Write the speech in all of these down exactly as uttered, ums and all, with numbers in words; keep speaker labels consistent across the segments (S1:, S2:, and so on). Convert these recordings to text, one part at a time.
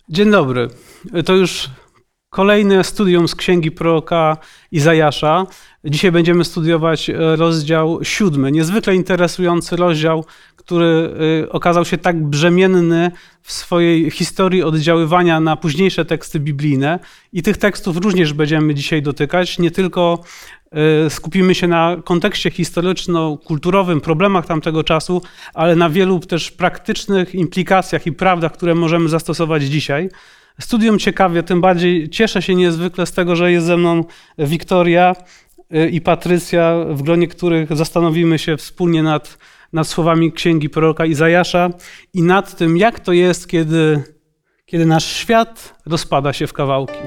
S1: Dzień dobry. To już kolejne studium z księgi proroka Izajasza. Dzisiaj będziemy studiować rozdział siódmy. Niezwykle interesujący rozdział, który okazał się tak brzemienny w swojej historii oddziaływania na późniejsze teksty biblijne. I tych tekstów również będziemy dzisiaj dotykać. Nie tylko skupimy się na kontekście historyczno-kulturowym, problemach tamtego czasu, ale na wielu też praktycznych implikacjach i prawdach, które możemy zastosować dzisiaj. Studium ciekawie, tym bardziej cieszę się niezwykle z tego, że jest ze mną Wiktoria i Patrycja, w gronie których zastanowimy się wspólnie nad, nad słowami księgi proroka Izajasza i nad tym, jak to jest, kiedy, kiedy nasz świat rozpada się w kawałki.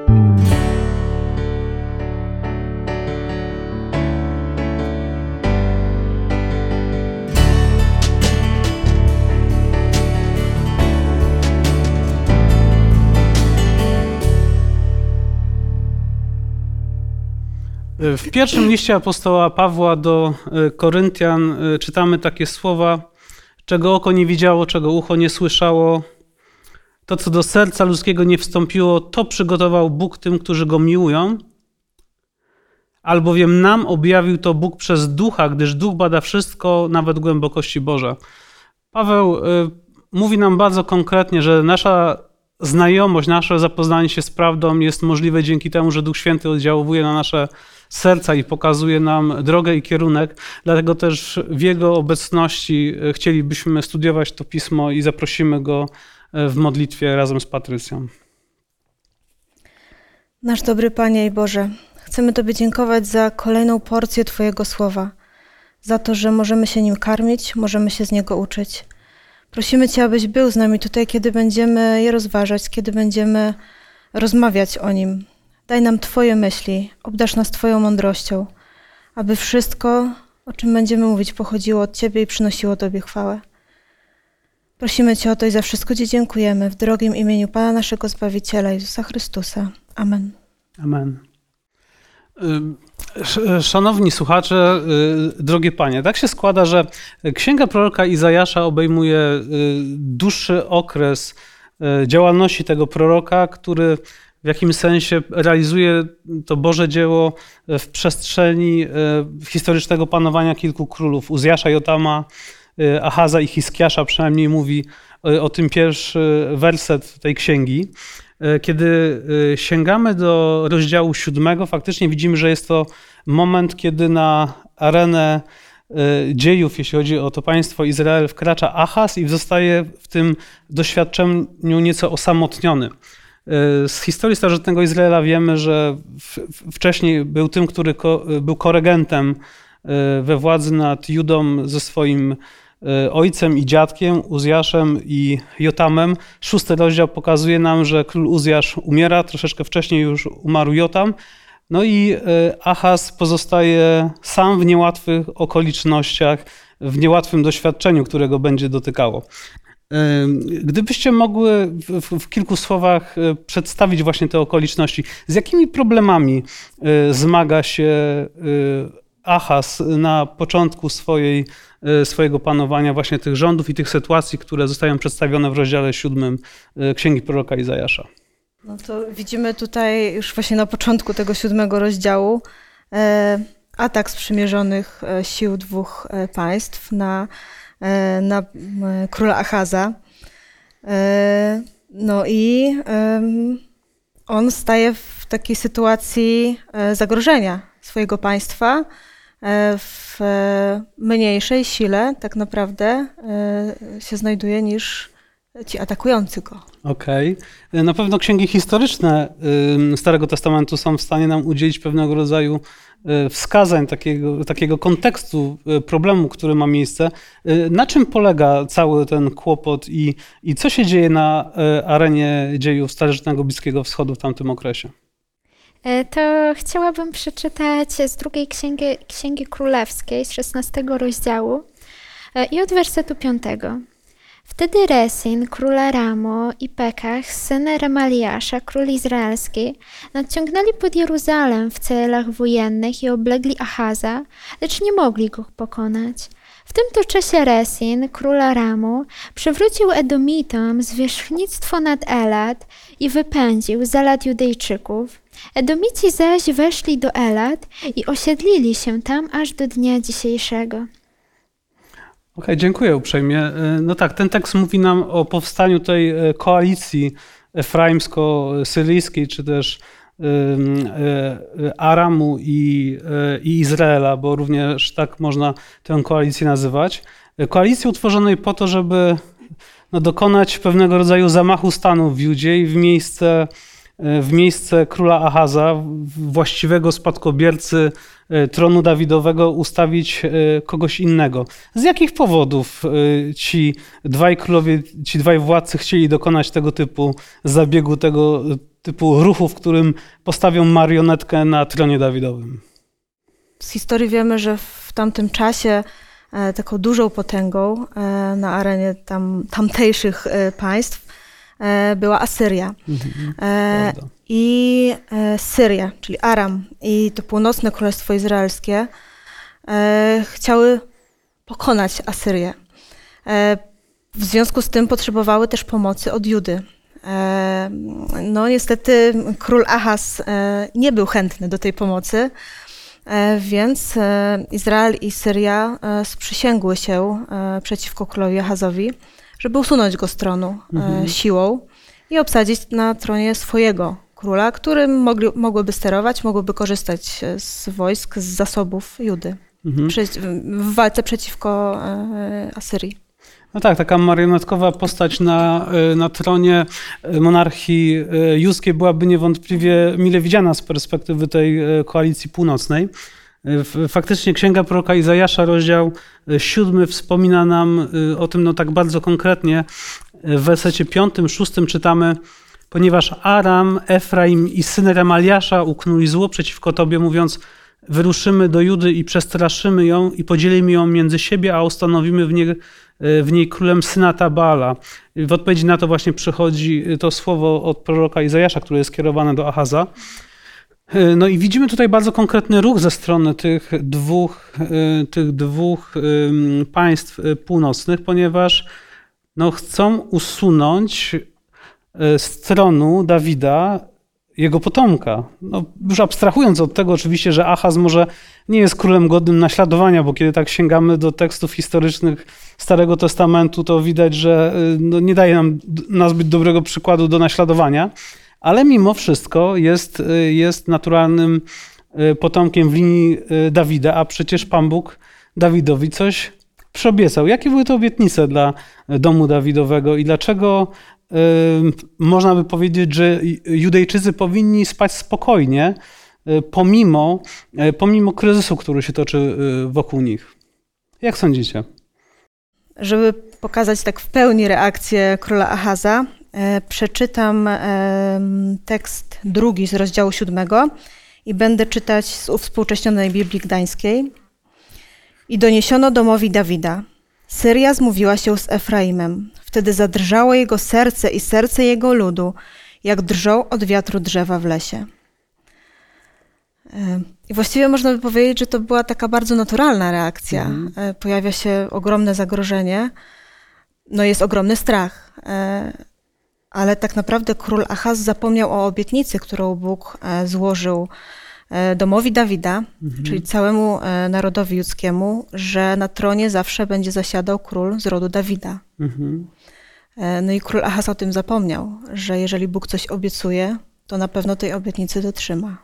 S1: W pierwszym liście apostoła Pawła do Koryntian czytamy takie słowa: czego oko nie widziało, czego ucho nie słyszało, to co do serca ludzkiego nie wstąpiło, to przygotował Bóg tym, którzy Go miłują. Albowiem nam objawił to Bóg przez Ducha, gdyż Duch bada wszystko, nawet głębokości Boża. Paweł mówi nam bardzo konkretnie, że nasza znajomość, nasze zapoznanie się z prawdą jest możliwe dzięki temu, że Duch Święty oddziałuje na nasze serca i pokazuje nam drogę i kierunek. Dlatego też w Jego obecności chcielibyśmy studiować to Pismo i zaprosimy Go w modlitwie razem z Patrycją.
S2: Nasz dobry Panie i Boże, chcemy Tobie dziękować za kolejną porcję Twojego Słowa, za to, że możemy się nim karmić, możemy się z niego uczyć. Prosimy Cię, abyś był z nami tutaj, kiedy będziemy je rozważać, kiedy będziemy rozmawiać o nim. Daj nam Twoje myśli, obdarz nas Twoją mądrością, aby wszystko, o czym będziemy mówić, pochodziło od Ciebie i przynosiło Tobie chwałę. Prosimy Cię o to i za wszystko Ci dziękujemy w drogim imieniu Pana naszego Zbawiciela Jezusa Chrystusa. Amen.
S1: Amen. Szanowni słuchacze, drogie panie, tak się składa, że księga proroka Izajasza obejmuje dłuższy okres działalności tego proroka, który w jakimś sensie realizuje to Boże dzieło w przestrzeni historycznego panowania kilku królów. Uzjasza, Jotama, Achaza i Hiskiasza, przynajmniej mówi o tym pierwszy werset tej księgi. Kiedy sięgamy do rozdziału siódmego, faktycznie widzimy, że jest to moment, kiedy na arenę dziejów, jeśli chodzi o to państwo Izrael, wkracza Achaz i zostaje w tym doświadczeniu nieco osamotniony. Z historii starożytnego Izraela wiemy, że wcześniej był tym, który był koregentem we władzy nad Judą ze swoim ojcem i dziadkiem, Uzjaszem i Jotamem. Szósty rozdział pokazuje nam, że król Uzjasz umiera, troszeczkę wcześniej już umarł Jotam. No i Achaz pozostaje sam w niełatwych okolicznościach, w niełatwym doświadczeniu, którego będzie dotykało. Gdybyście mogły w, w kilku słowach przedstawić właśnie te okoliczności, z jakimi problemami zmaga się Achaz na początku swojej, swojego panowania, właśnie tych rządów i tych sytuacji, które zostają przedstawione w rozdziale siódmym księgi proroka Izajasza.
S2: No to widzimy tutaj już właśnie na początku tego siódmego rozdziału e, atak sprzymierzonych sił dwóch państw na, e, na e, króla Achaza. E, no i e, on staje w takiej sytuacji zagrożenia swojego państwa, w mniejszej sile tak naprawdę się znajduje niż ci atakujący go.
S1: Okej. Okay. Na pewno księgi historyczne Starego Testamentu są w stanie nam udzielić pewnego rodzaju wskazań, takiego, takiego kontekstu problemu, który ma miejsce. Na czym polega cały ten kłopot i, i co się dzieje na arenie dziejów Starożytnego Bliskiego Wschodu w tamtym okresie?
S3: To chciałabym przeczytać z drugiej księgi, księgi królewskiej, z szesnastego rozdziału i od wersetu piątego. Wtedy Resin, król Aramu i Pekach, syn Remaliasza, król izraelski, nadciągnęli pod Jeruzalem w celach wojennych i oblegli Achaza, lecz nie mogli go pokonać. W tym to czasie Resin, król Aramu, przywrócił Edomitom zwierzchnictwo nad Elat i wypędził z Elat Judejczyków. Edomici zaś weszli do Elat i osiedlili się tam aż do dnia dzisiejszego.
S1: Okej, okay, dziękuję uprzejmie. No tak, ten tekst mówi nam o powstaniu tej koalicji efraimsko-syryjskiej, czy też Aramu i, i Izraela, bo również tak można tę koalicję nazywać. Koalicji utworzonej po to, żeby no, dokonać pewnego rodzaju zamachu stanu w Judzie i w miejsce, w miejsce króla Ahaza, właściwego spadkobiercy tronu Dawidowego, ustawić kogoś innego. Z jakich powodów ci dwaj królowie, ci dwaj władcy chcieli dokonać tego typu zabiegu, tego typu ruchu, w którym postawią marionetkę na tronie Dawidowym?
S2: Z historii wiemy, że w tamtym czasie taką dużą potęgą na arenie tam, tamtejszych państw była Asyria. Mhm, e, I Syria, czyli Aram i to północne królestwo izraelskie e, chciały pokonać Asyrię. E, w związku z tym potrzebowały też pomocy od Judy. E, no niestety król Ahaz e, nie był chętny do tej pomocy, e, więc e, Izrael i Syria e, sprzysięgły się e, przeciwko królowi Ahazowi, żeby usunąć go z tronu mhm. siłą i obsadzić na tronie swojego króla, którym mogli, mogłyby sterować, mogłyby korzystać z wojsk, z zasobów Judy mhm. w walce przeciwko Asyrii.
S1: No tak, taka marionetkowa postać na, na tronie monarchii judzkiej byłaby niewątpliwie mile widziana z perspektywy tej koalicji północnej. Faktycznie Księga proroka Izajasza, rozdział siódmy, wspomina nam o tym no tak bardzo konkretnie. W wersecie piątym, szóstym czytamy: ponieważ Aram, Efraim i syn Remaliasza uknuli zło przeciwko Tobie, mówiąc: wyruszymy do Judy i przestraszymy ją i podzielimy ją między siebie, a ustanowimy w niej, w niej królem syna Tabala. W odpowiedzi na to właśnie przychodzi to słowo od proroka Izajasza, które jest skierowane do Ahaza. No i widzimy tutaj bardzo konkretny ruch ze strony tych dwóch, tych dwóch państw północnych, ponieważ no chcą usunąć z tronu Dawida jego potomka. No, już abstrahując od tego oczywiście, że Ahaz może nie jest królem godnym naśladowania, bo kiedy tak sięgamy do tekstów historycznych Starego Testamentu, to widać, że no, nie daje nam nazbyt dobrego przykładu do naśladowania, ale mimo wszystko jest, jest naturalnym potomkiem w linii Dawida, a przecież Pan Bóg Dawidowi coś przyobiecał. Jakie były to obietnice dla domu Dawidowego i dlaczego y, można by powiedzieć, że Judejczycy powinni spać spokojnie y, pomimo, y, pomimo kryzysu, który się toczy y, wokół nich? Jak sądzicie?
S2: Żeby pokazać tak w pełni reakcję króla Ahaza, y, przeczytam y, tekst drugi z rozdziału siódmego i będę czytać z uwspółcześnionej Biblii Gdańskiej. I doniesiono domowi Dawida: Syria zmówiła się z Efraimem. Wtedy zadrżało jego serce i serce jego ludu, jak drżą od wiatru drzewa w lesie. I właściwie można by powiedzieć, że to była taka bardzo naturalna reakcja. Mhm. Pojawia się ogromne zagrożenie, no jest ogromny strach. Ale tak naprawdę król Ahaz zapomniał o obietnicy, którą Bóg złożył domowi Dawida, mhm. czyli całemu narodowi judzkiemu, że na tronie zawsze będzie zasiadał król z rodu Dawida. Mhm. No i król Ahaz o tym zapomniał, że jeżeli Bóg coś obiecuje, to na pewno tej obietnicy dotrzyma.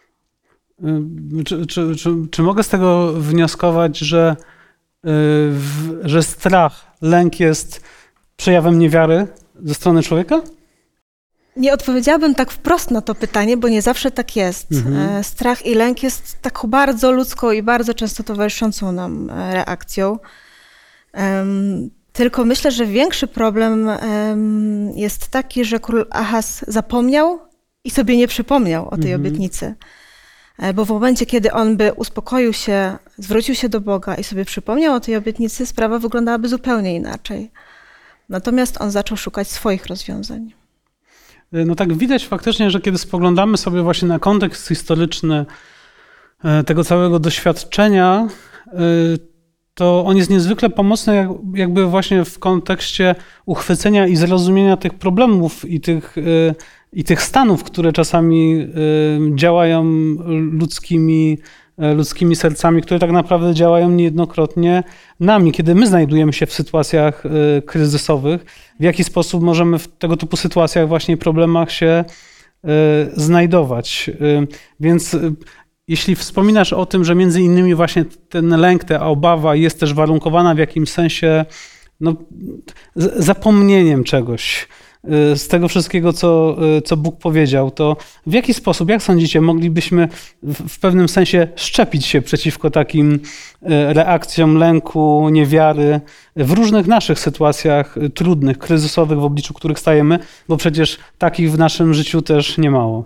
S1: Czy, czy, czy, czy mogę z tego wnioskować, że, że strach, lęk jest przejawem niewiary ze strony człowieka?
S2: Nie odpowiedziałabym tak wprost na to pytanie, bo nie zawsze tak jest. Mhm. Strach i lęk jest taką bardzo ludzką i bardzo często towarzyszącą nam reakcją. Um, tylko myślę, że większy problem um, jest taki, że król Ahaz zapomniał i sobie nie przypomniał o tej mhm. obietnicy. Bo w momencie, kiedy on by uspokoił się, zwrócił się do Boga i sobie przypomniał o tej obietnicy, sprawa wyglądałaby zupełnie inaczej. Natomiast on zaczął szukać swoich rozwiązań.
S1: No tak widać faktycznie, że kiedy spoglądamy sobie właśnie na kontekst historyczny tego całego doświadczenia, to on jest niezwykle pomocny jak, jakby właśnie w kontekście uchwycenia i zrozumienia tych problemów i tych, i tych stanów, które czasami działają ludzkimi, ludzkimi sercami, które tak naprawdę działają niejednokrotnie nami. Kiedy my znajdujemy się w sytuacjach kryzysowych, w jaki sposób możemy w tego typu sytuacjach, właśnie problemach się znajdować. Więc jeśli wspominasz o tym, że między innymi właśnie ten lęk, ta obawa jest też warunkowana w jakimś sensie no, zapomnieniem czegoś z tego wszystkiego, co, co Bóg powiedział, to w jaki sposób, jak sądzicie, moglibyśmy w pewnym sensie szczepić się przeciwko takim reakcjom lęku, niewiary w różnych naszych sytuacjach trudnych, kryzysowych, w obliczu których stajemy, bo przecież takich w naszym życiu też niemało.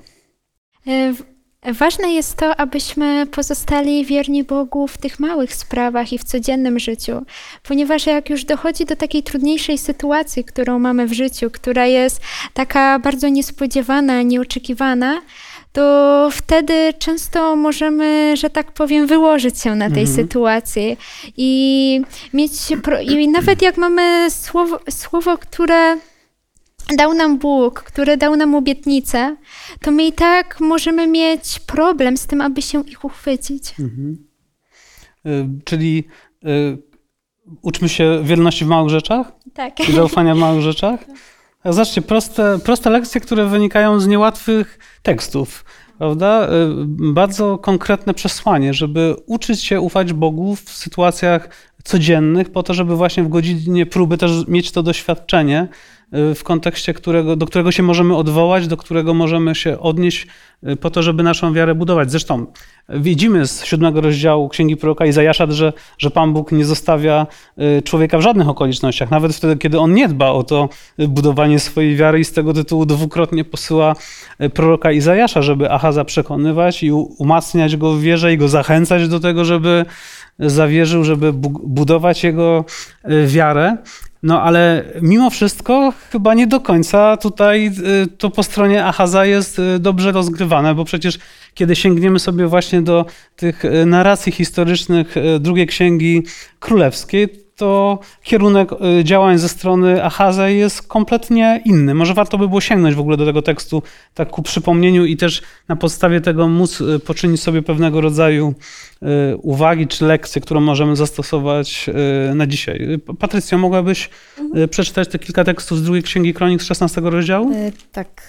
S3: Ważne jest to, abyśmy pozostali wierni Bogu w tych małych sprawach i w codziennym życiu, ponieważ jak już dochodzi do takiej trudniejszej sytuacji, którą mamy w życiu, która jest taka bardzo niespodziewana, nieoczekiwana, to wtedy często możemy, że tak powiem, wyłożyć się na tej mhm. sytuacji i mieć, i nawet jak mamy słowo, słowo, które dał nam Bóg, który dał nam obietnicę, to my i tak możemy mieć problem z tym, aby się ich uchwycić. Mhm.
S1: Y, czyli y, uczmy się wierności w małych rzeczach?
S3: Tak.
S1: I zaufania w małych rzeczach? A zobaczcie, proste, proste lekcje, które wynikają z niełatwych tekstów, prawda? Y, bardzo konkretne przesłanie, żeby uczyć się ufać Bogu w sytuacjach codziennych, po to, żeby właśnie w godzinie próby też mieć to doświadczenie, w kontekście którego, do którego się możemy odwołać, do którego możemy się odnieść po to, żeby naszą wiarę budować. Zresztą widzimy z siódmego rozdziału Księgi Proroka Izajasza, że, że Pan Bóg nie zostawia człowieka w żadnych okolicznościach, nawet wtedy, kiedy on nie dba o to budowanie swojej wiary i z tego tytułu dwukrotnie posyła proroka Izajasza, żeby Ahaza przekonywać i umacniać go w wierze i go zachęcać do tego, żeby zawierzył, żeby budować jego wiarę. No ale mimo wszystko chyba nie do końca tutaj to po stronie Ahaza jest dobrze rozgrywane, bo przecież kiedy sięgniemy sobie właśnie do tych narracji historycznych drugiej Księgi Królewskiej, to kierunek działań ze strony Ahaza jest kompletnie inny. Może warto by było sięgnąć w ogóle do tego tekstu tak ku przypomnieniu i też na podstawie tego móc poczynić sobie pewnego rodzaju uwagi czy lekcje, którą możemy zastosować na dzisiaj. Patrycjo, mogłabyś mhm. przeczytać te kilka tekstów z drugiej Księgi Kronik z szesnastego rozdziału?
S2: Yy, tak.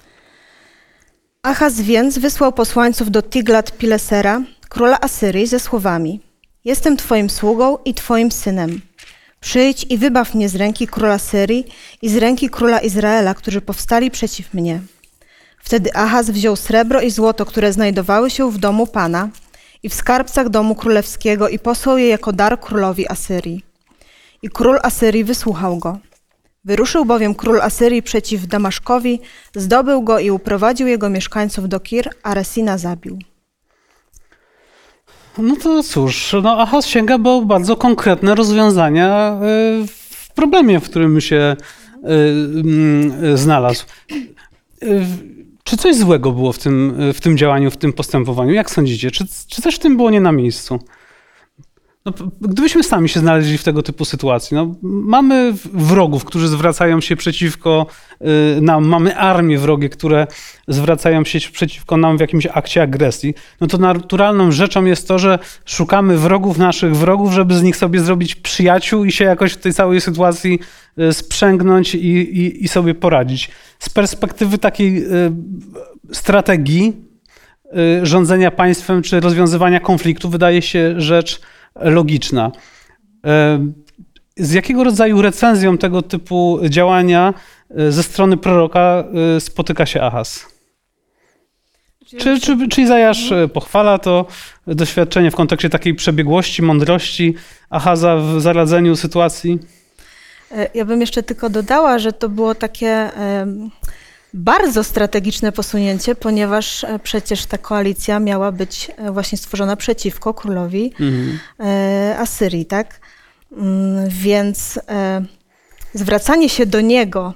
S2: Ahaz więc wysłał posłańców do Tiglat-Pilesera, króla Asyrii, ze słowami: Jestem twoim sługą i twoim synem. Przyjdź i wybaw mnie z ręki króla Syrii i z ręki króla Izraela, którzy powstali przeciw mnie. Wtedy Ahaz wziął srebro i złoto, które znajdowały się w domu Pana i w skarbcach domu królewskiego i posłał je jako dar królowi Asyrii. I król Asyrii wysłuchał go. Wyruszył bowiem król Asyrii przeciw Damaszkowi, zdobył go i uprowadził jego mieszkańców do Kir, a Resina zabił.
S1: No to cóż, no Ahaz sięga po bardzo konkretne rozwiązania w problemie, w którym się znalazł. Czy coś złego było w tym, w tym działaniu, w tym postępowaniu? Jak sądzicie? Czy, czy coś w tym było nie na miejscu? No, gdybyśmy sami się znaleźli w tego typu sytuacji, no, mamy wrogów, którzy zwracają się przeciwko nam, mamy armie wrogie, które zwracają się przeciwko nam w jakimś akcie agresji, no to naturalną rzeczą jest to, że szukamy wrogów naszych wrogów, żeby z nich sobie zrobić przyjaciół i się jakoś w tej całej sytuacji sprzęgnąć i, i, i sobie poradzić. Z perspektywy takiej strategii rządzenia państwem czy rozwiązywania konfliktu wydaje się rzecz logiczna. Z jakiego rodzaju recenzją tego typu działania ze strony proroka spotyka się Ahaz? Czy, czy, czy Izajasz pochwala to doświadczenie w kontekście takiej przebiegłości, mądrości Ahaza w zaradzeniu sytuacji?
S2: Ja bym jeszcze tylko dodała, że to było takie bardzo strategiczne posunięcie, ponieważ przecież ta koalicja miała być właśnie stworzona przeciwko królowi mhm. Asyrii, tak? Więc zwracanie się do niego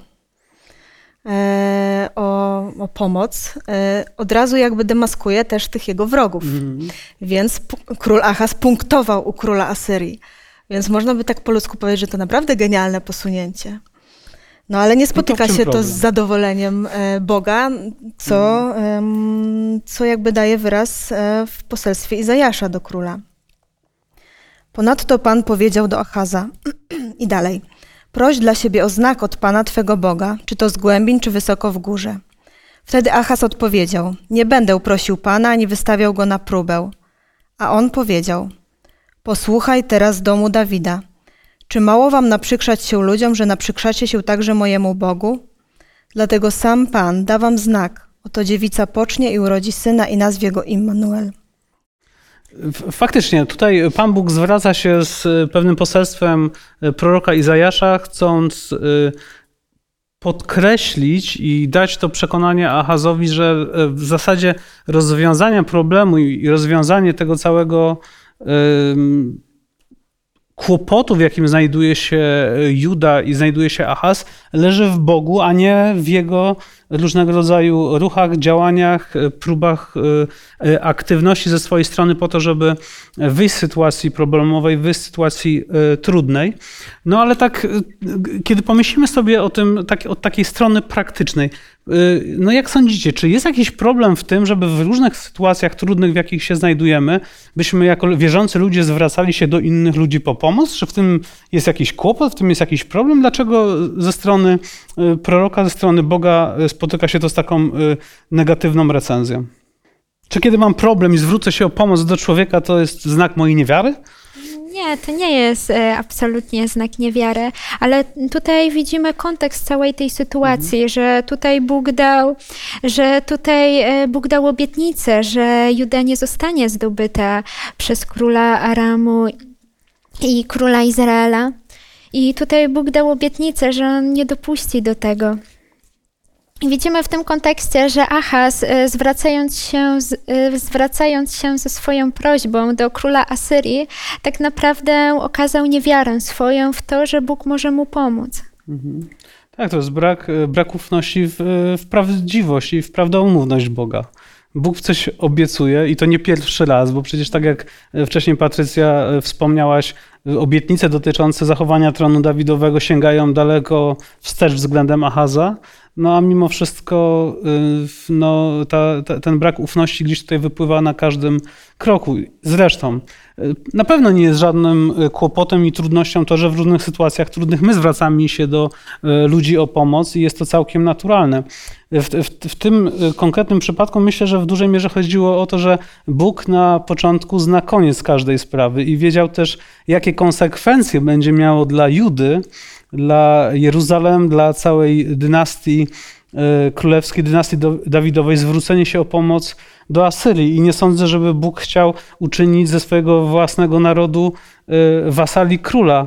S2: o, o pomoc od razu jakby demaskuje też tych jego wrogów. Mhm. Więc król Ahaz punktował u króla Asyrii. Więc można by tak po ludzku powiedzieć, że to naprawdę genialne posunięcie. No ale nie spotyka
S1: to
S2: się
S1: problem?
S2: to z zadowoleniem Boga, co, co jakby daje wyraz w poselstwie Izajasza do króla. Ponadto Pan powiedział do Achaza i dalej. Proś dla siebie o znak od Pana Twego Boga, czy to z głębin, czy wysoko w górze. Wtedy Achaz odpowiedział, nie będę prosił Pana, ani wystawiał go na próbę. A on powiedział, posłuchaj teraz domu Dawida. Czy mało wam naprzykrzać się ludziom, że naprzykrzacie się także mojemu Bogu? Dlatego sam Pan da wam znak. Oto dziewica pocznie i urodzi syna i nazwie go Immanuel.
S1: Faktycznie, tutaj Pan Bóg zwraca się z pewnym poselstwem proroka Izajasza, chcąc podkreślić i dać to przekonanie Achazowi, że w zasadzie rozwiązanie problemu i rozwiązanie tego całego kłopotu, w jakim znajduje się Juda i znajduje się Achaz, leży w Bogu, a nie w jego różnego rodzaju ruchach, działaniach, próbach aktywności ze swojej strony po to, żeby wyjść z sytuacji problemowej, wyjść z sytuacji trudnej. No ale tak, kiedy pomyślimy sobie o tym tak, od takiej strony praktycznej, no jak sądzicie, czy jest jakiś problem w tym, żeby w różnych sytuacjach trudnych, w jakich się znajdujemy, byśmy jako wierzący ludzie zwracali się do innych ludzi po pomoc? Czy w tym jest jakiś kłopot, w tym jest jakiś problem? Dlaczego ze strony proroka, ze strony Boga spotyka się to z taką negatywną recenzją? Czy kiedy mam problem i zwrócę się o pomoc do człowieka, to jest znak mojej niewiary?
S3: Nie, to nie jest e, absolutnie znak niewiary, ale tutaj widzimy kontekst całej tej sytuacji, mhm. że tutaj Bóg dał, że tutaj e, Bóg dał obietnicę, że Juda nie zostanie zdobyta przez króla Aramu i króla Izraela. I tutaj Bóg dał obietnicę, że on nie dopuści do tego. I widzimy w tym kontekście, że Achaz, zwracając się, zwracając się ze swoją prośbą do króla Asyrii, tak naprawdę okazał niewiarę swoją w to, że Bóg może mu pomóc.
S1: Mhm. Tak, to jest brak, brak ufności w, w prawdziwość i w prawdomówność Boga. Bóg coś obiecuje i to nie pierwszy raz, bo przecież tak jak wcześniej Patrycja wspomniałaś, obietnice dotyczące zachowania tronu Dawidowego sięgają daleko wstecz względem Achaza, no a mimo wszystko no, ta, ta, ten brak ufności gdzieś tutaj wypływa na każdym kroku. Zresztą na pewno nie jest żadnym kłopotem i trudnością to, że w różnych sytuacjach trudnych my zwracamy się do ludzi o pomoc i jest to całkiem naturalne. W, w, w tym konkretnym przypadku myślę, że w dużej mierze chodziło o to, że Bóg na początku zna koniec każdej sprawy i wiedział też, jakie konsekwencje będzie miało dla Judy, dla Jeruzalem, dla całej dynastii królewskiej, dynastii Dawidowej, zwrócenie się o pomoc do Asyrii. I nie sądzę, żeby Bóg chciał uczynić ze swojego własnego narodu wasali króla,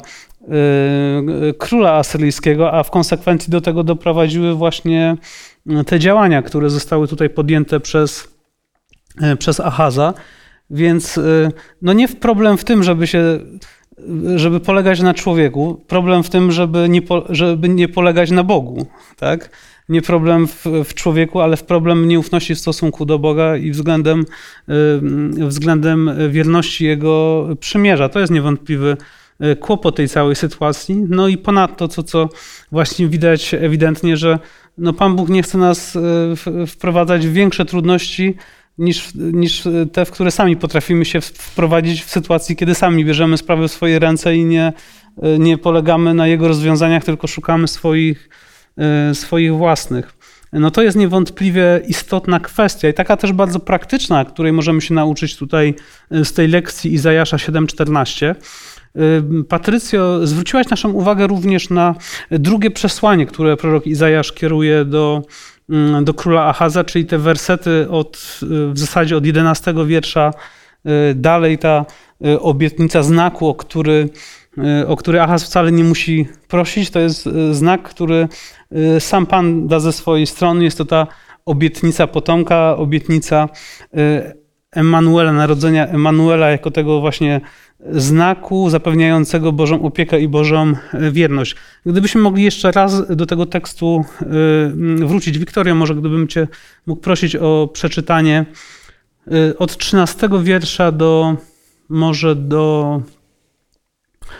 S1: króla asyryjskiego, a w konsekwencji do tego doprowadziły właśnie te działania, które zostały tutaj podjęte przez, przez Achaza. Więc no nie problem w tym, żeby się żeby polegać na człowieku, problem w tym, żeby nie, po, żeby nie polegać na Bogu, tak? Nie problem w, w człowieku, ale w problem nieufności w stosunku do Boga i względem, yy, względem wierności Jego przymierza. To jest niewątpliwy kłopot tej całej sytuacji. No i ponadto, co, co właśnie widać ewidentnie, że no Pan Bóg nie chce nas wprowadzać w większe trudności, Niż, niż te, w które sami potrafimy się wprowadzić w sytuacji, kiedy sami bierzemy sprawy w swoje ręce i nie, nie polegamy na jego rozwiązaniach, tylko szukamy swoich, swoich własnych. No to jest niewątpliwie istotna kwestia i taka też bardzo praktyczna, której możemy się nauczyć tutaj z tej lekcji Izajasza siedem czternaście. Patrycjo, zwróciłaś naszą uwagę również na drugie przesłanie, które prorok Izajasz kieruje do do króla Achaza, czyli te wersety od, w zasadzie od jedenastego wiersza dalej, ta obietnica znaku, o który, o który Achaz wcale nie musi prosić. To jest znak, który sam Pan da ze swojej strony. Jest to ta obietnica potomka, obietnica Emmanuela, narodzenia Emmanuela jako tego właśnie znaku zapewniającego Bożą opiekę i Bożą wierność. Gdybyśmy mogli jeszcze raz do tego tekstu wrócić. Wiktorio, może gdybym Cię mógł prosić o przeczytanie od trzynastego wiersza do może do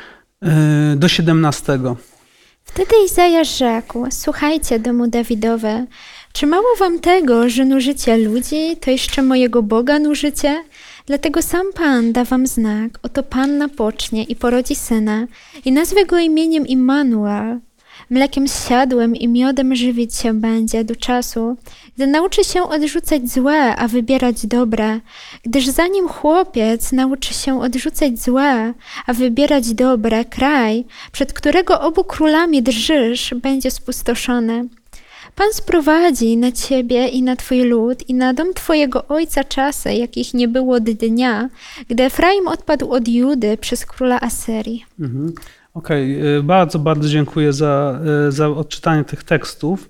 S1: do siedemnastego.
S3: Wtedy Izajasz rzekł: słuchajcie, domu Dawidowe, czy mało wam tego, że nużycie ludzi, to jeszcze mojego Boga nużycie? Dlatego sam Pan da wam znak, oto Panna pocznie i porodzi syna i nazwie go imieniem Immanuel. Mlekiem zsiadłym i miodem żywić się będzie do czasu, gdy nauczy się odrzucać złe, a wybierać dobre. Gdyż zanim chłopiec nauczy się odrzucać złe, a wybierać dobre, kraj, przed którego obu królami drżysz, będzie spustoszony. Pan sprowadzi na ciebie i na twój lud i na dom twojego ojca czasy, jakich nie było od dnia, gdy Efraim odpadł od Judy przez króla Asyrii.
S1: Mhm. Okej, okay. Bardzo, bardzo dziękuję za, za odczytanie tych tekstów.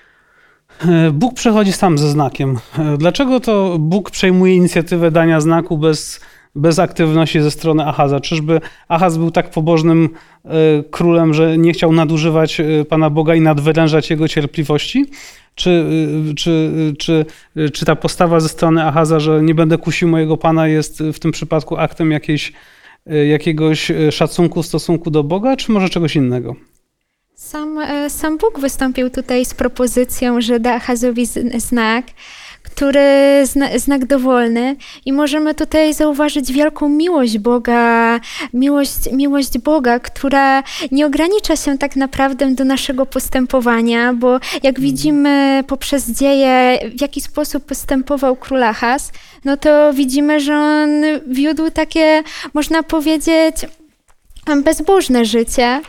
S1: Bóg przychodzi sam ze znakiem. Dlaczego to Bóg przejmuje inicjatywę dania znaku bez, bez aktywności ze strony Ahaza? Czyżby Ahaz był tak pobożnym królem, że nie chciał nadużywać Pana Boga i nadwyrężać jego cierpliwości? Czy, czy, czy, czy ta postawa ze strony Ahaza, że nie będę kusił mojego Pana, jest w tym przypadku aktem jakiejś jakiegoś szacunku w stosunku do Boga, czy może czegoś innego?
S3: Sam, sam Bóg wystąpił tutaj z propozycją, że da Ahazowi znak, który zna, znak dowolny i możemy tutaj zauważyć wielką miłość Boga, miłość, miłość Boga, która nie ogranicza się tak naprawdę do naszego postępowania, bo jak widzimy poprzez dzieje, w jaki sposób postępował król Ahaz, no to widzimy, że on wiódł takie, można powiedzieć, bezbożne życie.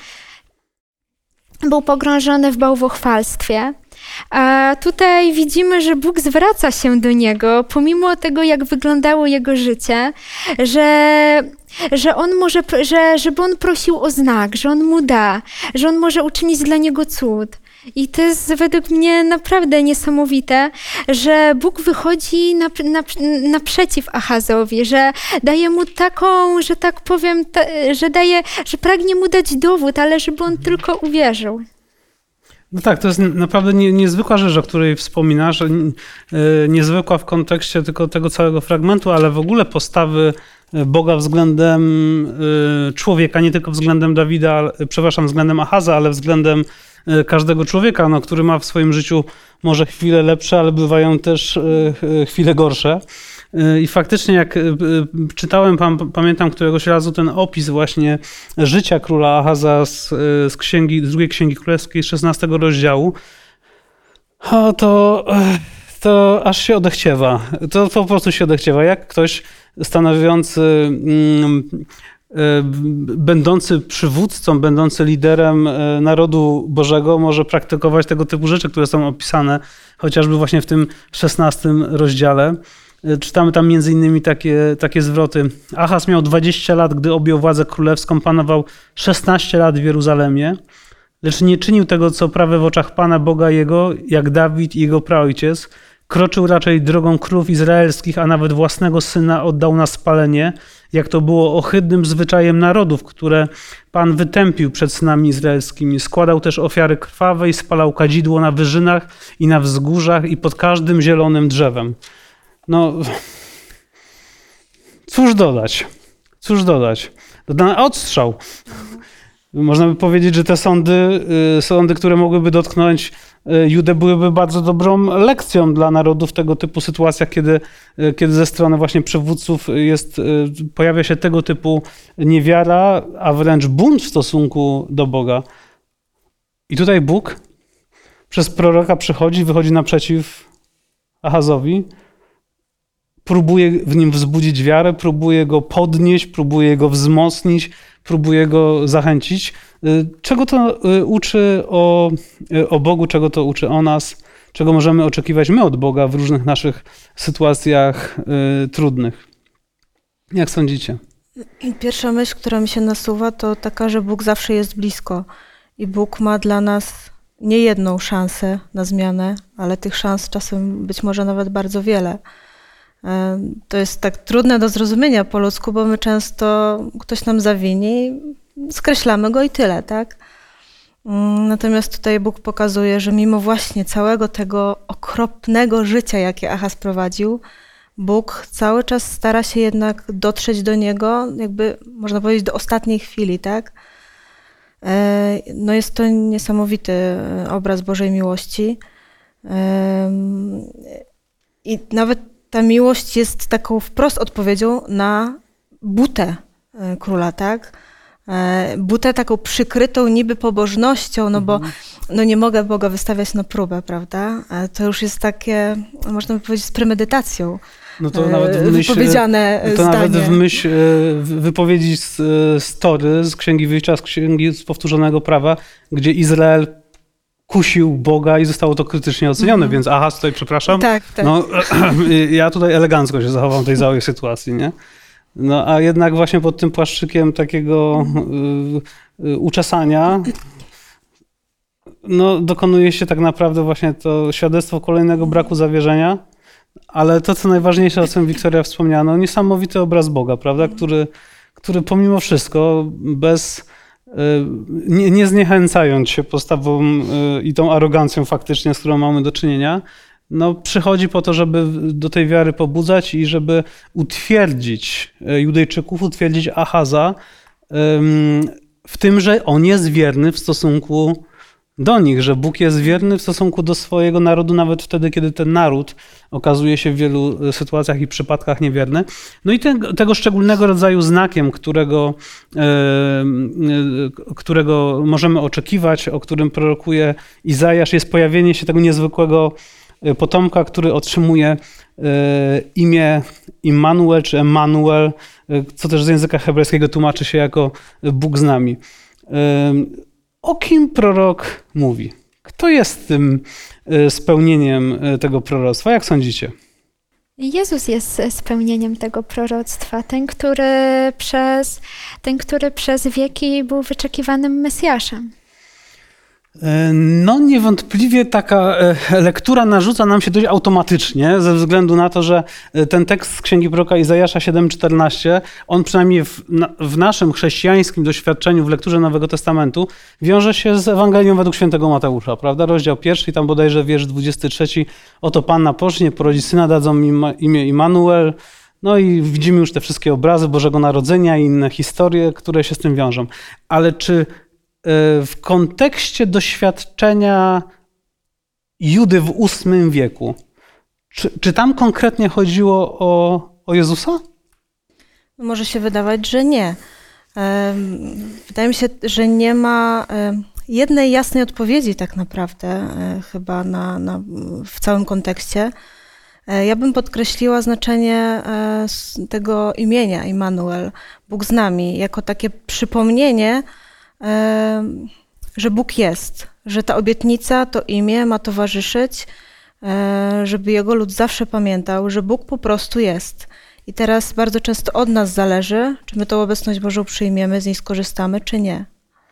S3: Był pogrążony w bałwochwalstwie. A tutaj widzimy, że Bóg zwraca się do niego, pomimo tego, jak wyglądało jego życie, że, że on może, że, żeby on prosił o znak, że on mu da, że on może uczynić dla niego cud. I to jest według mnie naprawdę niesamowite, że Bóg wychodzi nap, nap, naprzeciw Ahazowi, że daje mu taką, że tak powiem, ta, że daje, że pragnie mu dać dowód, ale żeby on tylko uwierzył.
S1: No tak, to jest naprawdę nie, niezwykła rzecz, o której wspominasz. Niezwykła w kontekście tylko tego całego fragmentu, ale w ogóle postawy Boga względem człowieka, nie tylko względem Dawida, przepraszam, względem Ahaza, ale względem każdego człowieka, no, który ma w swoim życiu może chwile lepsze, ale bywają też chwile gorsze. I faktycznie jak czytałem, pamiętam któregoś razu ten opis właśnie życia króla Ahaza z, z księgi, z drugiej księgi królewskiej, szesnastego rozdziału, to, to aż się odechciewa. To po prostu się odechciewa. Jak ktoś stanowiący, będący przywódcą, będący liderem narodu Bożego może praktykować tego typu rzeczy, które są opisane chociażby właśnie w tym szesnastym rozdziale. Czytamy tam między innymi takie, takie zwroty. Ahaz miał dwadzieścia lat, gdy objął władzę królewską, panował szesnaście lat w Jeruzalemie, lecz nie czynił tego, co prawe w oczach Pana Boga jego, jak Dawid i jego praojciec. Kroczył raczej drogą królów izraelskich, a nawet własnego syna oddał na spalenie, jak to było ohydnym zwyczajem narodów, które Pan wytępił przed synami izraelskimi. Składał też ofiary krwawe i spalał kadzidło na wyżynach i na wzgórzach i pod każdym zielonym drzewem. No, cóż dodać? Cóż dodać? Dodany odstrzał. Można by powiedzieć, że te sądy, sądy, które mogłyby dotknąć Judę, byłyby bardzo dobrą lekcją dla narodu w tego typu sytuacjach, kiedy, kiedy ze strony właśnie przywódców jest, pojawia się tego typu niewiara, a wręcz bunt w stosunku do Boga. I tutaj Bóg przez proroka przychodzi, wychodzi naprzeciw Ahazowi, próbuje w nim wzbudzić wiarę, próbuje go podnieść, próbuje go wzmocnić, próbuje go zachęcić. Czego to uczy o, o Bogu, czego to uczy o nas, czego możemy oczekiwać my od Boga w różnych naszych sytuacjach trudnych? Jak sądzicie?
S2: Pierwsza myśl, która mi się nasuwa, to taka, że Bóg zawsze jest blisko i Bóg ma dla nas nie jedną szansę na zmianę, ale tych szans czasem być może nawet bardzo wiele. To jest tak trudne do zrozumienia po ludzku, bo my często ktoś nam zawini, skreślamy go i tyle, tak? Natomiast tutaj Bóg pokazuje, że mimo właśnie całego tego okropnego życia, jakie Ahaz prowadził, Bóg cały czas stara się jednak dotrzeć do niego, jakby można powiedzieć do ostatniej chwili, tak? No jest to niesamowity obraz Bożej miłości. I nawet ta miłość jest taką wprost odpowiedzią na butę króla, tak? Butę taką przykrytą niby pobożnością, no bo no nie mogę Boga wystawiać na próbę, prawda? To już jest takie, można by powiedzieć, z premedytacją.
S1: No to nawet w myśl,
S2: wypowiedziane
S1: to
S2: zdanie.
S1: nawet w myśl wypowiedzi z, z Tory, z Księgi Wyjścia, z Księgi z Powtórzonego Prawa, gdzie Izrael kusił Boga i zostało to krytycznie ocenione, mm-hmm. więc aha, tutaj przepraszam.
S2: Tak, tak.
S1: No, ja tutaj elegancko się zachowam w tej całej sytuacji, nie? No a jednak właśnie pod tym płaszczykiem takiego y, y, uczesania no, dokonuje się tak naprawdę właśnie to świadectwo kolejnego braku zawierzenia, ale to, co najważniejsze, o czym Wiktoria wspomniano, niesamowity obraz Boga, prawda, który, który pomimo wszystko, bez, nie, nie zniechęcając się postawą i tą arogancją faktycznie, z którą mamy do czynienia, no, przychodzi po to, żeby do tej wiary pobudzać i żeby utwierdzić Judejczyków, utwierdzić Achaza w tym, że on jest wierny w stosunku do nich, że Bóg jest wierny w stosunku do swojego narodu, nawet wtedy, kiedy ten naród okazuje się w wielu sytuacjach i przypadkach niewierny. No i te, tego szczególnego rodzaju znakiem, którego, e, którego możemy oczekiwać, o którym prorokuje Izajasz, jest pojawienie się tego niezwykłego potomka, który otrzymuje imię Immanuel czy Emmanuel, co też z języka hebrajskiego tłumaczy się jako Bóg z nami. O kim prorok mówi? Kto jest tym spełnieniem tego proroctwa? Jak sądzicie?
S3: Jezus jest spełnieniem tego proroctwa. Ten, który przez, ten, który przez wieki był wyczekiwanym Mesjaszem.
S1: No niewątpliwie taka lektura narzuca nam się dość automatycznie, ze względu na to, że ten tekst z Księgi Proroka Izajasza siedem czternaście, on przynajmniej w, w naszym chrześcijańskim doświadczeniu w lekturze Nowego Testamentu wiąże się z Ewangelią według świętego Mateusza, prawda? Rozdział pierwszy i tam bodajże wiersz dwudziesty trzeci. Oto Panna pocznie, porodzi syna, dadzą mi imię Immanuel. No i widzimy już te wszystkie obrazy Bożego Narodzenia i inne historie, które się z tym wiążą. Ale czy w kontekście doświadczenia Judy w ósmym wieku, czy, czy tam konkretnie chodziło o, o Jezusa?
S2: Może się wydawać, że nie. Wydaje mi się, że nie ma jednej jasnej odpowiedzi tak naprawdę chyba na, na, w całym kontekście. Ja bym podkreśliła znaczenie tego imienia Immanuel, Bóg z nami, jako takie przypomnienie, że Bóg jest, że ta obietnica, to imię ma towarzyszyć, żeby Jego lud zawsze pamiętał, że Bóg po prostu jest. I teraz bardzo często od nas zależy, czy my tą obecność Bożą przyjmiemy, z niej skorzystamy, czy nie.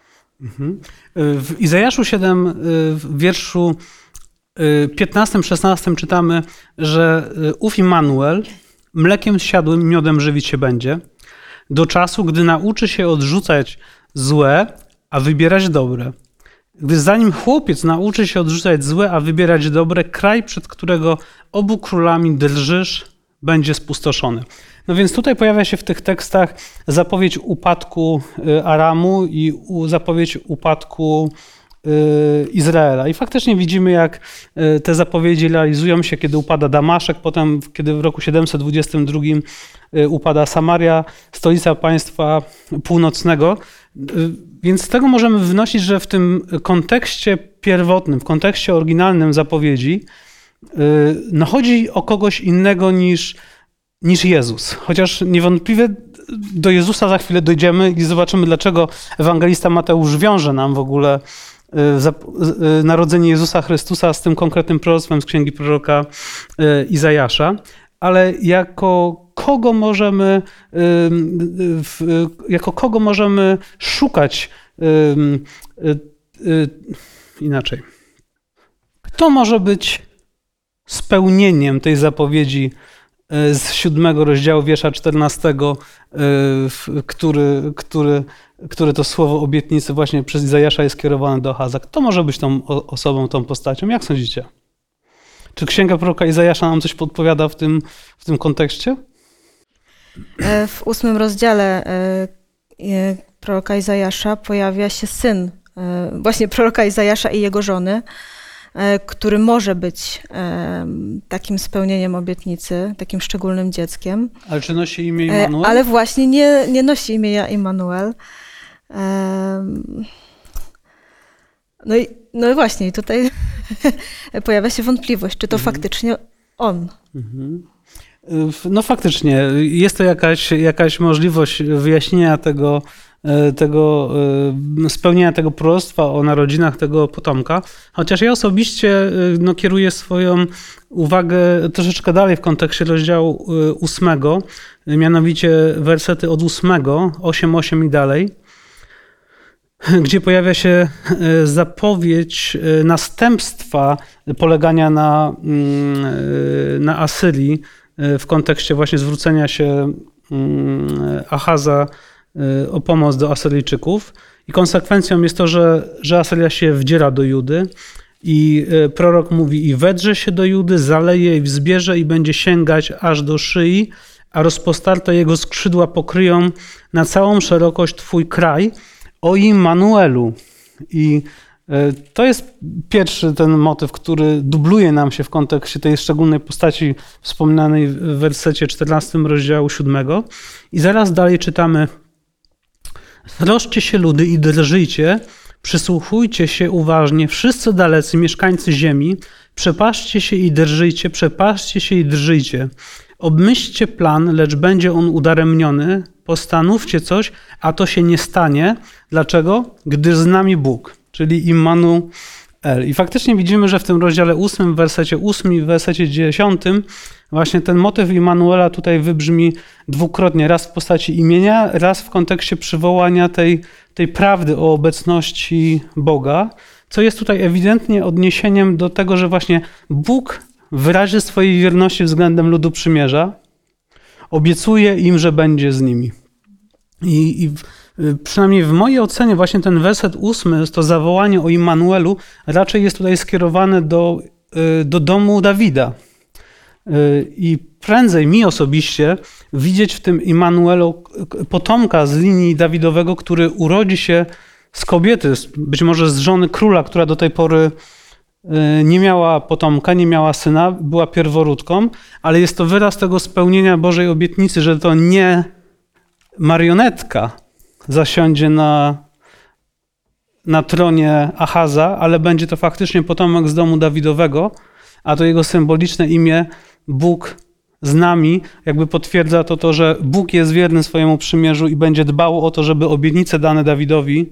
S1: W Izajaszu siedem, w wierszu piętnastym szesnastym czytamy, że ów Immanuel mlekiem zsiadłym i miodem żywić się będzie, do czasu, gdy nauczy się odrzucać złe, a wybierać dobre. Gdy zanim chłopiec nauczy się odrzucać złe, a wybierać dobre, kraj, przed którego obu królami drżysz, będzie spustoszony. No więc tutaj pojawia się w tych tekstach zapowiedź upadku Aramu i zapowiedź upadku Izraela. I faktycznie widzimy, jak te zapowiedzi realizują się, kiedy upada Damaszek, potem kiedy w roku siedemset dwudziestym drugim upada Samaria, stolica państwa północnego. Więc z tego możemy wnosić, że w tym kontekście pierwotnym, w kontekście oryginalnym zapowiedzi no chodzi o kogoś innego niż, niż Jezus. Chociaż niewątpliwie do Jezusa za chwilę dojdziemy i zobaczymy, dlaczego ewangelista Mateusz wiąże nam w ogóle narodzenie Jezusa Chrystusa z tym konkretnym proroctwem z księgi proroka Izajasza. Ale jako kogo możemy, jako kogo możemy szukać inaczej? Kto może być spełnieniem tej zapowiedzi z siódmego rozdziału wiersza czternastego, który, który, który to słowo obietnicy właśnie przez Izajasza jest kierowane do Achaza? Kto może być tą osobą, tą postacią? Jak sądzicie? Czy księga proroka Izajasza nam coś podpowiada w tym, w tym kontekście?
S2: W ósmym rozdziale proroka Izajasza pojawia się syn właśnie proroka Izajasza i jego żony, który może być takim spełnieniem obietnicy, takim szczególnym dzieckiem.
S1: Ale czy nosi imię Immanuel?
S2: Ale właśnie nie, nie nosi imienia Immanuel. No i, no i właśnie tutaj pojawia się wątpliwość, czy to mhm. faktycznie on. Mhm.
S1: No faktycznie, jest to jakaś, jakaś możliwość wyjaśnienia tego, tego spełnienia tego proroctwa o narodzinach tego potomka, chociaż ja osobiście no, kieruję swoją uwagę troszeczkę dalej w kontekście rozdziału ósmego, mianowicie wersety od ósmego, osiem, osiem i dalej, gdzie pojawia się zapowiedź następstwa polegania na, na Asyrii w kontekście właśnie zwrócenia się Achaza o pomoc do Asyryjczyków. I konsekwencją jest to, że, że Asyria się wdziera do Judy i prorok mówi: i wedrze się do Judy, zaleje i wzbierze i będzie sięgać aż do szyi, a rozpostarte jego skrzydła pokryją na całą szerokość twój kraj, o Immanuelu. I to jest pierwszy ten motyw, który dubluje nam się w kontekście tej szczególnej postaci wspomnianej w wersecie czternastym rozdziału siódmego. I zaraz dalej czytamy: troszcie się ludy i drżyjcie, przysłuchujcie się uważnie, wszyscy dalecy mieszkańcy ziemi, przepaszcie się i drżyjcie, przepaszcie się i drżyjcie. Obmyślcie plan, lecz będzie on udaremniony, postanówcie coś, a to się nie stanie. Dlaczego? Gdyż z nami Bóg, czyli Immanuel. I faktycznie widzimy, że w tym rozdziale ósmym, w wersecie ósmym i w wersecie dziesiątym właśnie ten motyw Immanuela tutaj wybrzmi dwukrotnie. Raz w postaci imienia, raz w kontekście przywołania tej, tej prawdy o obecności Boga, co jest tutaj ewidentnie odniesieniem do tego, że właśnie Bóg wyrazi swojej wierności względem ludu przymierza, obiecuje im, że będzie z nimi. I, i przynajmniej w mojej ocenie właśnie ten werset ósmy, to zawołanie o Immanuelu, raczej jest tutaj skierowane do, do domu Dawida. I prędzej mi osobiście widzieć w tym Immanuelu potomka z linii Dawidowego, który urodzi się z kobiety, być może z żony króla, która do tej pory nie miała potomka, nie miała syna, była pierworódką, ale jest to wyraz tego spełnienia Bożej obietnicy, że to nie marionetka zasiądzie na, na tronie Achaza, ale będzie to faktycznie potomek z domu Dawidowego, a to jego symboliczne imię Bóg z nami jakby potwierdza to, to, że Bóg jest wierny swojemu przymierzu i będzie dbał o to, żeby obietnice dane Dawidowi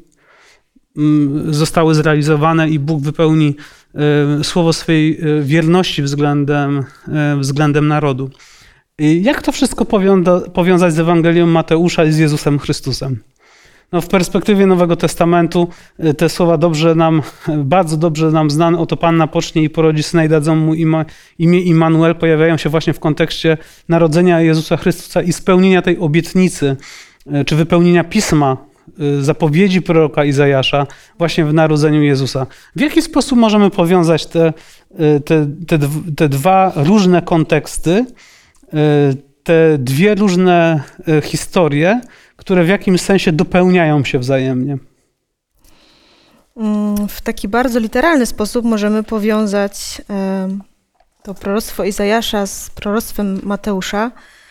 S1: zostały zrealizowane i Bóg wypełni słowo swojej wierności względem, względem narodu. Jak to wszystko powiąza, powiązać z Ewangelią Mateusza i z Jezusem Chrystusem? No w perspektywie Nowego Testamentu te słowa dobrze nam, bardzo dobrze nam znane: oto Panna pocznie i porodzi syna i dadzą mu imię, imię Immanuel, pojawiają się właśnie w kontekście narodzenia Jezusa Chrystusa i spełnienia tej obietnicy, czy wypełnienia pisma, zapowiedzi proroka Izajasza właśnie w narodzeniu Jezusa. W jaki sposób możemy powiązać te, te, te, te dwa różne konteksty, te dwie różne historie, które w jakimś sensie dopełniają się wzajemnie?
S2: W taki bardzo literalny sposób możemy powiązać to proroctwo Izajasza z proroctwem Mateusza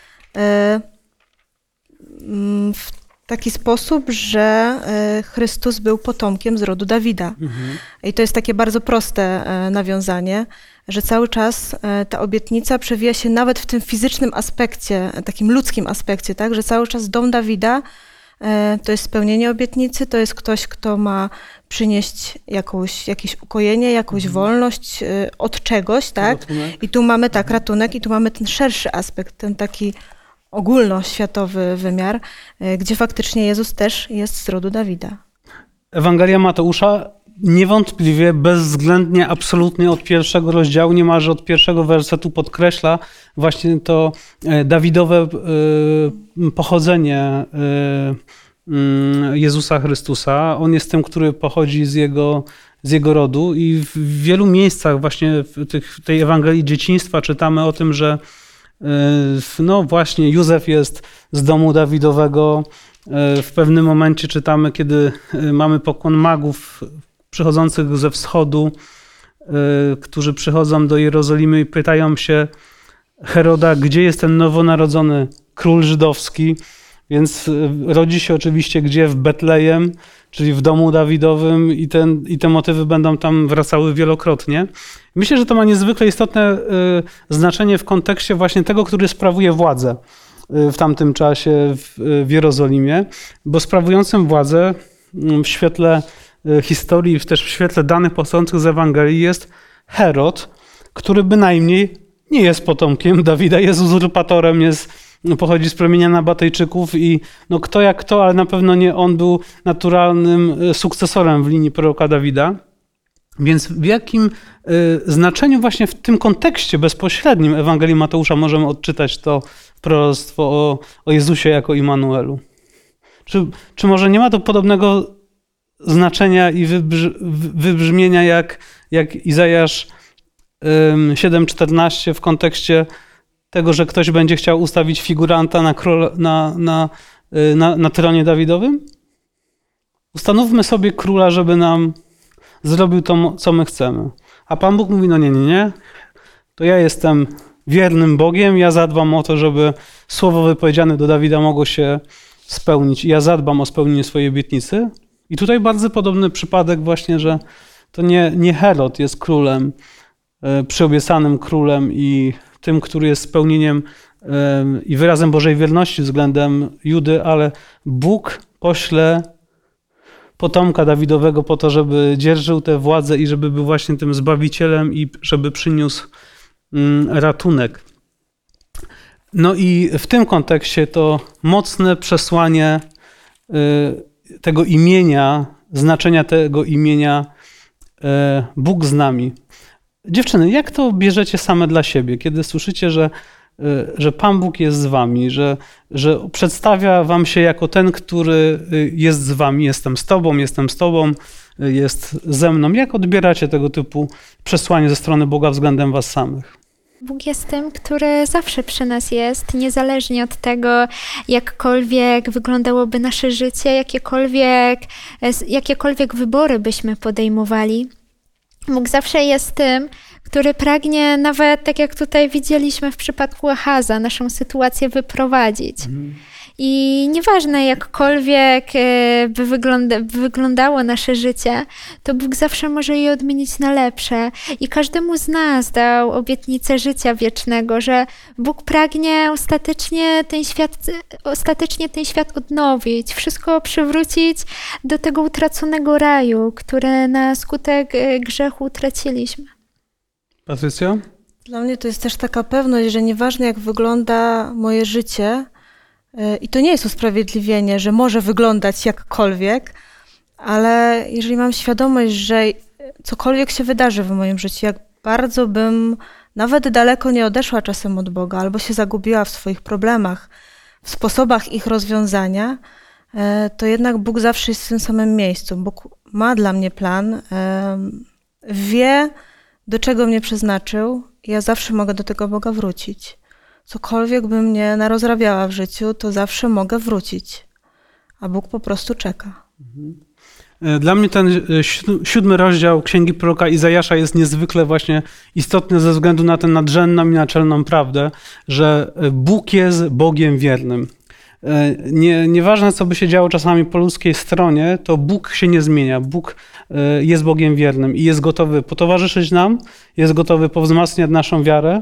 S2: w taki sposób, że Chrystus był potomkiem z rodu Dawida. Mhm. I to jest takie bardzo proste nawiązanie, że cały czas ta obietnica przewija się nawet w tym fizycznym aspekcie, takim ludzkim aspekcie, tak? Że cały czas dom Dawida to jest spełnienie obietnicy, to jest ktoś, kto ma przynieść jakąś, jakieś ukojenie, jakąś mhm. wolność od czegoś, tak? Ratunek. I tu mamy tak, ratunek, i tu mamy ten szerszy aspekt, ten taki ogólnoświatowy wymiar, gdzie faktycznie Jezus też jest z rodu Dawida.
S1: Ewangelia Mateusza niewątpliwie, bezwzględnie, absolutnie od pierwszego rozdziału, niemalże od pierwszego wersetu podkreśla właśnie to Dawidowe pochodzenie Jezusa Chrystusa. On jest tym, który pochodzi z jego, z jego rodu i w wielu miejscach właśnie w tych, tej Ewangelii dzieciństwa czytamy o tym, że No właśnie, Józef jest z domu Dawidowego. W pewnym momencie czytamy, kiedy mamy pokłon magów przychodzących ze wschodu, którzy przychodzą do Jerozolimy i pytają się Heroda, gdzie jest ten nowonarodzony król żydowski. Więc rodzi się oczywiście gdzie? W Betlejem, czyli w domu Dawidowym i, ten, i te motywy będą tam wracały wielokrotnie. Myślę, że to ma niezwykle istotne znaczenie w kontekście właśnie tego, który sprawuje władzę w tamtym czasie w, w Jerozolimie, bo sprawującym władzę w świetle historii, też w świetle danych pochodzących z Ewangelii jest Herod, który bynajmniej nie jest potomkiem Dawida, jest uzurpatorem, jest, pochodzi z plemienia Nabatejczyków i no kto jak kto, ale na pewno nie on był naturalnym sukcesorem w linii proroka Dawida. Więc w jakim y, znaczeniu właśnie w tym kontekście bezpośrednim Ewangelii Mateusza możemy odczytać to proroctwo o, o Jezusie jako Immanuelu? Czy, czy może nie ma to podobnego znaczenia i wybrz, wybrzmienia jak, jak Izajasz y, siedem czternaście w kontekście tego, że ktoś będzie chciał ustawić figuranta na, króle, na, na, y, na, na tronie Dawidowym? Ustanówmy sobie króla, żeby nam zrobił to, co my chcemy. A Pan Bóg mówi, no nie, nie, nie. To ja jestem wiernym Bogiem, ja zadbam o to, żeby słowo wypowiedziane do Dawida mogło się spełnić. I ja zadbam o spełnienie swojej obietnicy. I tutaj bardzo podobny przypadek właśnie, że to nie, nie Herod jest królem, e, przyobiecanym królem i tym, który jest spełnieniem e, i wyrazem Bożej wierności względem Judy, ale Bóg pośle potomka Dawidowego po to, żeby dzierżył tę władzę i żeby był właśnie tym Zbawicielem i żeby przyniósł ratunek. No i w tym kontekście to mocne przesłanie tego imienia, znaczenia tego imienia Bóg z nami. Dziewczyny, jak to bierzecie same dla siebie, kiedy słyszycie, że że Pan Bóg jest z wami, że, że przedstawia wam się jako ten, który jest z wami. Jestem z tobą, jestem z tobą, jest ze mną. Jak odbieracie tego typu przesłanie ze strony Boga względem was samych?
S3: Bóg jest tym, który zawsze przy nas jest, niezależnie od tego, jakkolwiek wyglądałoby nasze życie, jakiekolwiek, jakiekolwiek wybory byśmy podejmowali. Bóg zawsze jest tym, który pragnie nawet, tak jak tutaj widzieliśmy w przypadku Achaza, naszą sytuację wyprowadzić. Mhm. I nieważne jakkolwiek by, wygląda, by wyglądało nasze życie, to Bóg zawsze może je odmienić na lepsze. I każdemu z nas dał obietnicę życia wiecznego, że Bóg pragnie ostatecznie ten świat, ostatecznie ten świat odnowić, wszystko przywrócić do tego utraconego raju, które na skutek grzechu utraciliśmy.
S1: Patrycja?
S2: Dla mnie to jest też taka pewność, że nieważne jak wygląda moje życie, i to nie jest usprawiedliwienie, że może wyglądać jakkolwiek, ale jeżeli mam świadomość, że cokolwiek się wydarzy w moim życiu, jak bardzo bym nawet daleko nie odeszła czasem od Boga, albo się zagubiła w swoich problemach, w sposobach ich rozwiązania, to jednak Bóg zawsze jest w tym samym miejscu. Bóg ma dla mnie plan, wie, do czego mnie przeznaczył i ja zawsze mogę do tego Boga wrócić. Cokolwiek by mnie narozrabiała w życiu, to zawsze mogę wrócić. A Bóg po prostu czeka.
S1: Dla mnie ten siódmy rozdział Księgi Proroka Izajasza jest niezwykle właśnie istotny ze względu na tę nadrzędną i naczelną prawdę, że Bóg jest Bogiem wiernym. Nie, nieważne, co by się działo czasami po ludzkiej stronie, to Bóg się nie zmienia. Bóg jest Bogiem wiernym i jest gotowy potowarzyszyć nam, jest gotowy powzmacniać naszą wiarę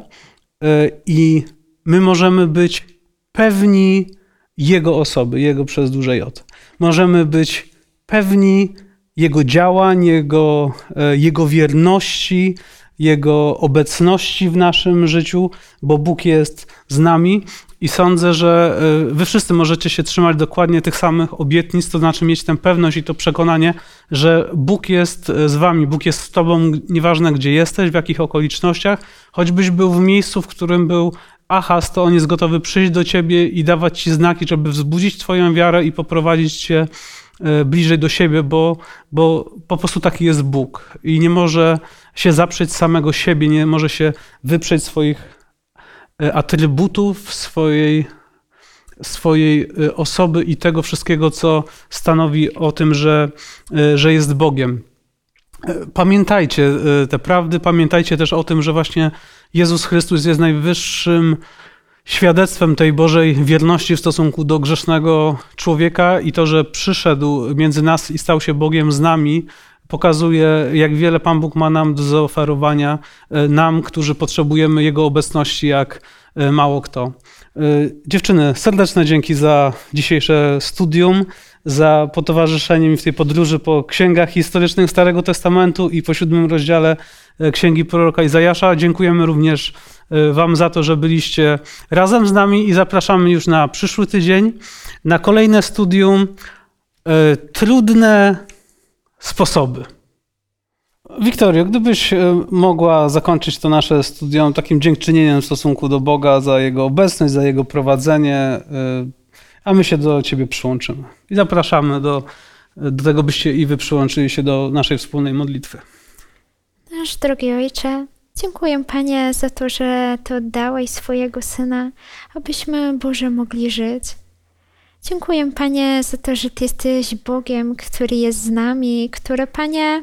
S1: i my możemy być pewni Jego osoby, Jego przez duże J. Możemy być pewni Jego działań, Jego, Jego wierności, Jego obecności w naszym życiu, bo Bóg jest z nami i sądzę, że wy wszyscy możecie się trzymać dokładnie tych samych obietnic, to znaczy mieć tę pewność i to przekonanie, że Bóg jest z wami, Bóg jest z tobą, nieważne gdzie jesteś, w jakich okolicznościach, choćbyś był w miejscu, w którym był Achaz, to on jest gotowy przyjść do ciebie i dawać ci znaki, żeby wzbudzić twoją wiarę i poprowadzić cię bliżej do siebie, bo, bo po prostu taki jest Bóg i nie może się zaprzeć samego siebie, nie może się wyprzeć swoich atrybutów swojej, swojej osoby i tego wszystkiego, co stanowi o tym, że, że jest Bogiem. Pamiętajcie te prawdy, pamiętajcie też o tym, że właśnie Jezus Chrystus jest najwyższym świadectwem tej Bożej wierności w stosunku do grzesznego człowieka i to, że przyszedł między nas i stał się Bogiem z nami, pokazuje, jak wiele Pan Bóg ma nam do zaoferowania, nam, którzy potrzebujemy Jego obecności, jak mało kto. Dziewczyny, serdeczne dzięki za dzisiejsze studium, za potowarzyszenie mi w tej podróży po księgach historycznych Starego Testamentu i po siódmym rozdziale Księgi proroka Izajasza. Dziękujemy również Wam za to, że byliście razem z nami i zapraszamy już na przyszły tydzień na kolejne studium Trudne sposoby. Wiktorio, gdybyś mogła zakończyć to nasze studium takim dziękczynieniem w stosunku do Boga za Jego obecność, za Jego prowadzenie, a my się do Ciebie przyłączymy. I zapraszamy do, do tego, byście i Wy przyłączyli się do naszej wspólnej modlitwy.
S3: Nasz drogi Ojcze, dziękuję Panie za to, że Ty oddałeś swojego Syna, abyśmy, Boże, mogli żyć. Dziękuję Panie za to, że Ty jesteś Bogiem, który jest z nami, który, Panie,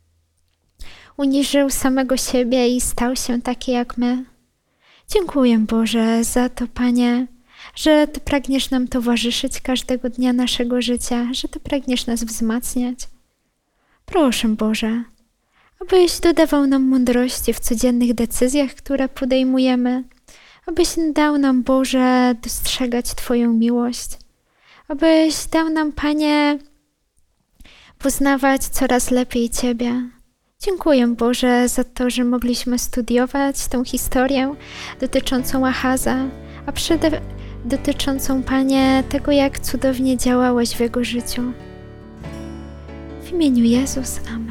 S3: uniżył samego siebie i stał się taki jak my. Dziękuję, Boże, za to, Panie, że Ty pragniesz nam towarzyszyć każdego dnia naszego życia, że Ty pragniesz nas wzmacniać. Proszę, Boże, abyś dodawał nam mądrości w codziennych decyzjach, które podejmujemy, abyś dał nam, Boże, dostrzegać Twoją miłość, abyś dał nam, Panie, poznawać coraz lepiej Ciebie. Dziękuję, Boże, za to, że mogliśmy studiować tę historię dotyczącą Achaza, a przede dotyczącą, Panie, tego, jak cudownie działałeś w jego życiu. W imieniu Jezus, amen.